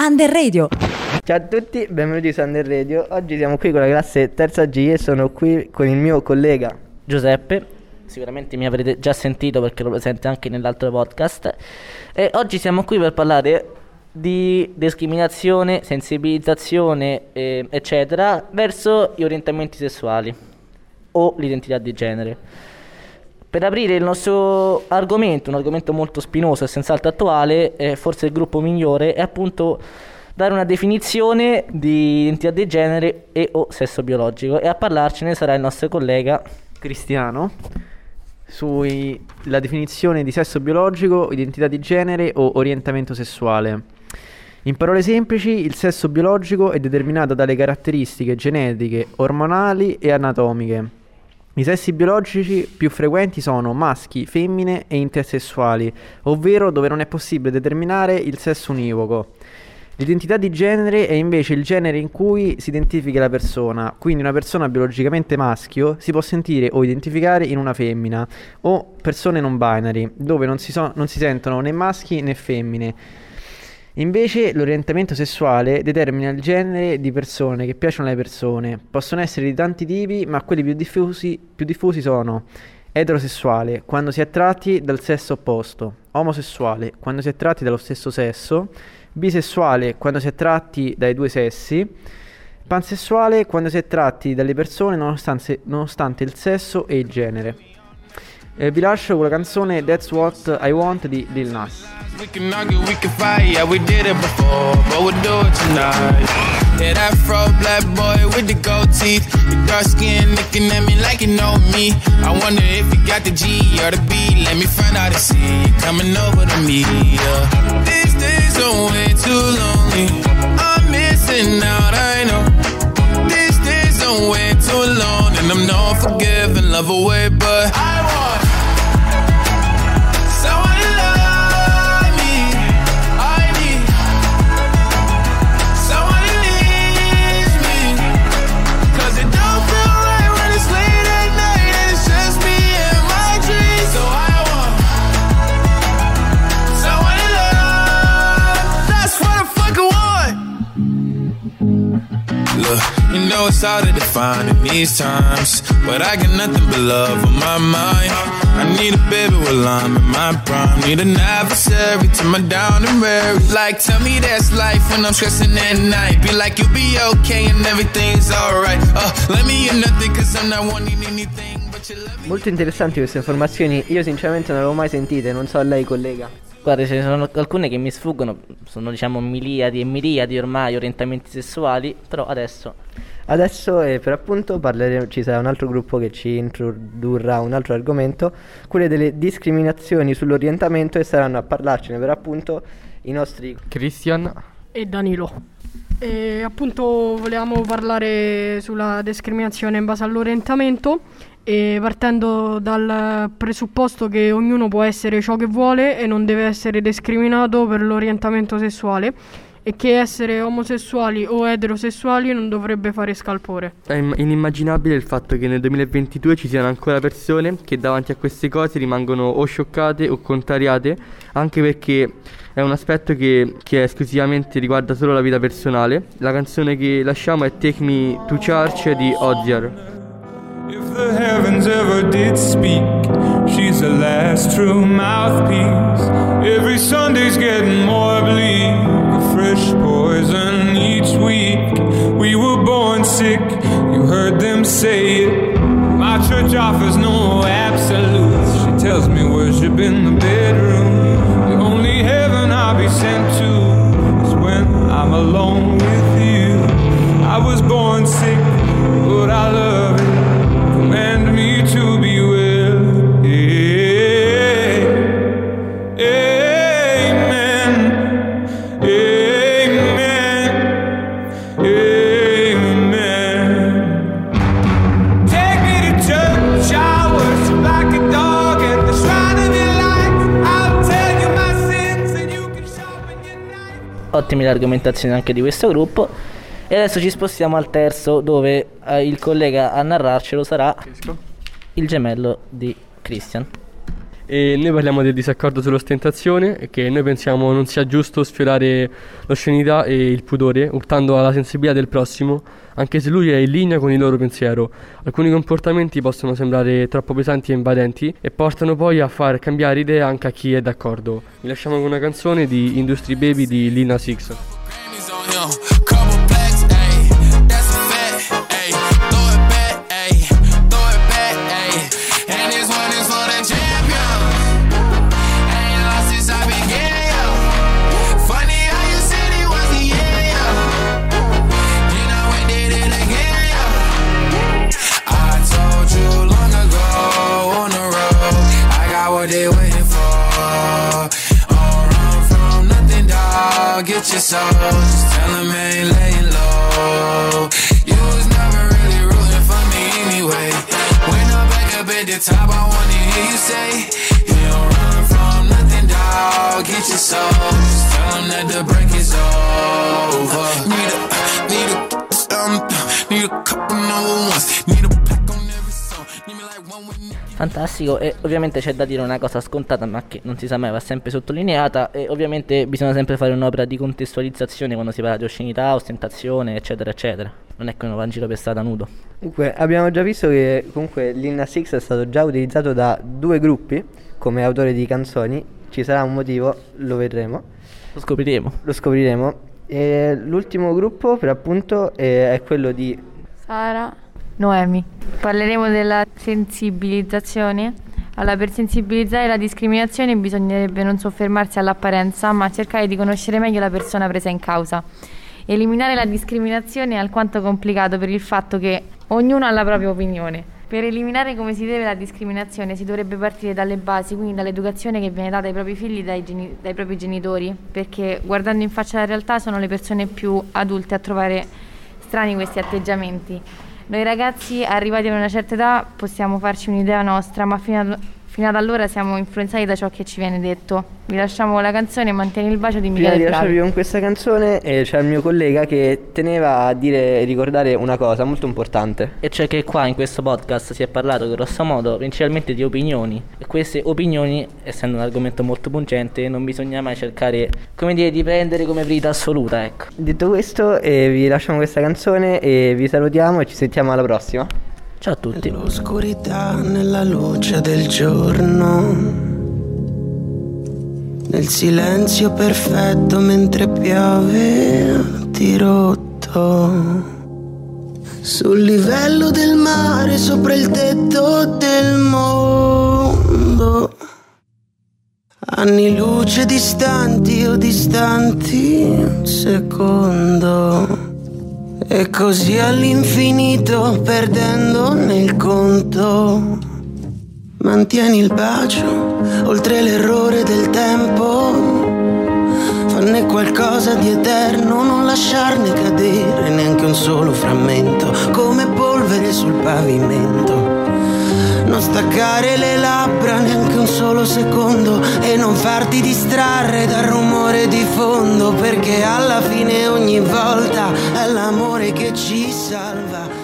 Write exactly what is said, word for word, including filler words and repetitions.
Under Radio. Ciao a tutti, benvenuti su Under Radio. Oggi siamo qui con la classe terza G e sono qui con il mio collega Giuseppe. Sicuramente mi avrete già sentito perché lo presente anche nell'altro podcast. E oggi siamo qui per parlare di discriminazione, sensibilizzazione, eh, eccetera, verso gli orientamenti sessuali o l'identità di genere. Per aprire il nostro argomento, un argomento molto spinoso e senz'altro attuale, eh, forse il gruppo migliore è appunto dare una definizione di identità di genere e o sesso biologico, e a parlarcene sarà il nostro collega Cristiano sulla definizione di sesso biologico, identità di genere o orientamento sessuale. In parole semplici, il sesso biologico è determinato dalle caratteristiche genetiche, ormonali e anatomiche. I sessi biologici più frequenti sono maschi, femmine e intersessuali, ovvero dove non è possibile determinare il sesso univoco. L'identità di genere è invece il genere in cui si identifica la persona, quindi una persona biologicamente maschio si può sentire o identificare in una femmina, o persone non binary, dove non si, so- non si sentono né maschi né femmine. Invece l'orientamento sessuale determina il genere di persone che piacciono alle persone. Possono essere di tanti tipi, ma quelli più diffusi, più diffusi sono eterosessuale, quando si è attratti dal sesso opposto; omosessuale, quando si è attratti dallo stesso sesso; bisessuale, quando si è attratti dai due sessi; pansessuale, quando si è attratti dalle persone nonostante, nonostante il sesso e il genere. Eh, vi lascio con la canzone That's What I Want di Lil Nas. We can argue, we can fight, yeah, we did it before, but we'll do it tonight. Yeah, that fro black boy with the gold teeth, your dark skin looking at me like you know me. I wonder if you got the G or the B, let me find out and see you coming over to me, yeah. These days are way too lonely, I'm missing out, I know. These days are way too long, and I'm not forgiving, love away, but I want someone to love me. I need someone who needs me, 'cause it don't feel right when it's late at night and it's just me and my dreams. So I want someone to love. That's what I fucking want. Look, you know it's hard to define in these times, but I got nothing but love on my mind. I need a baby while I'm in my prime, need an adversary to my down and weary. Like, tell me that's life when I'm stressing at night. Be like, you'll be okay and everything's alright. Uh, let me hear nothing 'cause I'm not wanting anything but you love me. Molto interessanti queste informazioni, io sinceramente non le avevo mai sentite, non so a lei collega. Guarda, ce ne sono alcune che mi sfuggono, sono diciamo miliardi e miliardi ormai orientamenti sessuali, però adesso... Adesso eh, per appunto parleremo, ci sarà un altro gruppo che ci introdurrà un altro argomento, quelle delle discriminazioni sull'orientamento, e saranno a parlarcene per appunto i nostri Cristian e Danilo. E appunto volevamo parlare sulla discriminazione in base all'orientamento, e partendo dal presupposto che ognuno può essere ciò che vuole e non deve essere discriminato per l'orientamento sessuale, e che essere omosessuali o eterosessuali non dovrebbe fare scalpore. È inimmaginabile il fatto che nel duemilaventidue ci siano ancora persone che davanti a queste cose rimangono o scioccate o contrariate, anche perché è un aspetto che, che esclusivamente riguarda solo la vita personale. La canzone che lasciamo è Take Me to Church di Ozzy. If the heavens ever did speak, she's the last true mouthpiece. Every Sunday's getting more bleak, a fresh poison each week. We were born sick, you heard them say it. My church offers no absolutes. She tells me worship in the bedroom. The only heaven I'll be sent to is when I'm alone with you. I was born sick, but I love it. Command me to be well. Yeah. Amen. Amen. Amen. Take me to church, I worship like a dog at the shrine of your light. I'll tell you my sins and you can sharpen your knife. Ottime le argomentazioni anche di questo gruppo. E adesso ci spostiamo al terzo, dove eh, il collega a narrarcelo sarà il gemello di Christian. e noi parliamo del disaccordo sull'ostentazione e che noi pensiamo non sia giusto sfiorare l'oscenità e il pudore urtando alla sensibilità del prossimo, anche se lui è in linea con il loro pensiero. Alcuni comportamenti possono sembrare troppo pesanti e invadenti e portano poi a far cambiare idea anche a chi è d'accordo. Vi lasciamo con una canzone di Industry Baby di Lil Nas X. They waiting for. Don't run from nothing, dog. Get your soul. Just tell them I ain't laying low. You was never really rooting for me anyway. When I'm back up at the top, I wanna hear you say, you don't run from nothing, dog. Get your soul. Just tell them that the break is over. Need a, need a, um, need a couple number ones. Need a pack on every song. Need me like one with Fantastico, e ovviamente c'è da dire una cosa scontata ma che non si sa mai, va sempre sottolineata, e ovviamente bisogna sempre fare un'opera di contestualizzazione quando si parla di oscenità, ostentazione, eccetera eccetera. Non è che uno va in giro per strada nudo. Comunque abbiamo già visto che comunque Lil Nas X è stato già utilizzato da due gruppi come autore di canzoni. Ci sarà un motivo, lo vedremo, Lo scopriremo. lo scopriremo. E l'ultimo gruppo per appunto è, è quello di Sara, Noemi. Parleremo della sensibilizzazione. Allora, per sensibilizzare la discriminazione bisognerebbe non soffermarsi all'apparenza, ma cercare di conoscere meglio la persona presa in causa. Eliminare la discriminazione è alquanto complicato per il fatto che ognuno ha la propria opinione. Per eliminare come si deve la discriminazione si dovrebbe partire dalle basi, quindi dall'educazione che viene data ai propri figli dai, geni- dai propri genitori, perché guardando in faccia la realtà sono le persone più adulte a trovare strani questi atteggiamenti. Noi ragazzi arrivati ad una certa età possiamo farci un'idea nostra, ma fino ad, fino ad allora siamo influenzati da ciò che ci viene detto. Vi lasciamo con la canzone Mantieni il bacio di Prima Michele di Bravi. lasciarvi con questa canzone eh, c'è il mio collega che teneva a dire e ricordare una cosa molto importante. E cioè che qua in questo podcast si è parlato grosso modo principalmente di opinioni, e queste opinioni, essendo un argomento molto pungente, non bisogna mai cercare, come dire, di prendere come verità assoluta, ecco. Detto questo eh, vi lasciamo questa canzone e vi salutiamo e ci sentiamo alla prossima. Ciao a tutti. Nell'oscurità, nella luce del giorno, nel silenzio perfetto mentre piove dirotto, sul livello del mare sopra il tetto del mondo, anni luce distanti o distanti un secondo, e così all'infinito perdendo nel conto. Mantieni il bacio oltre l'errore del tempo, fanne qualcosa di eterno, non lasciarne cadere neanche un solo frammento, come polvere sul pavimento. Non staccare le labbra neanche un solo secondo e non farti distrarre dal rumore di fondo, perché alla fine ogni volta è l'amore che ci salva.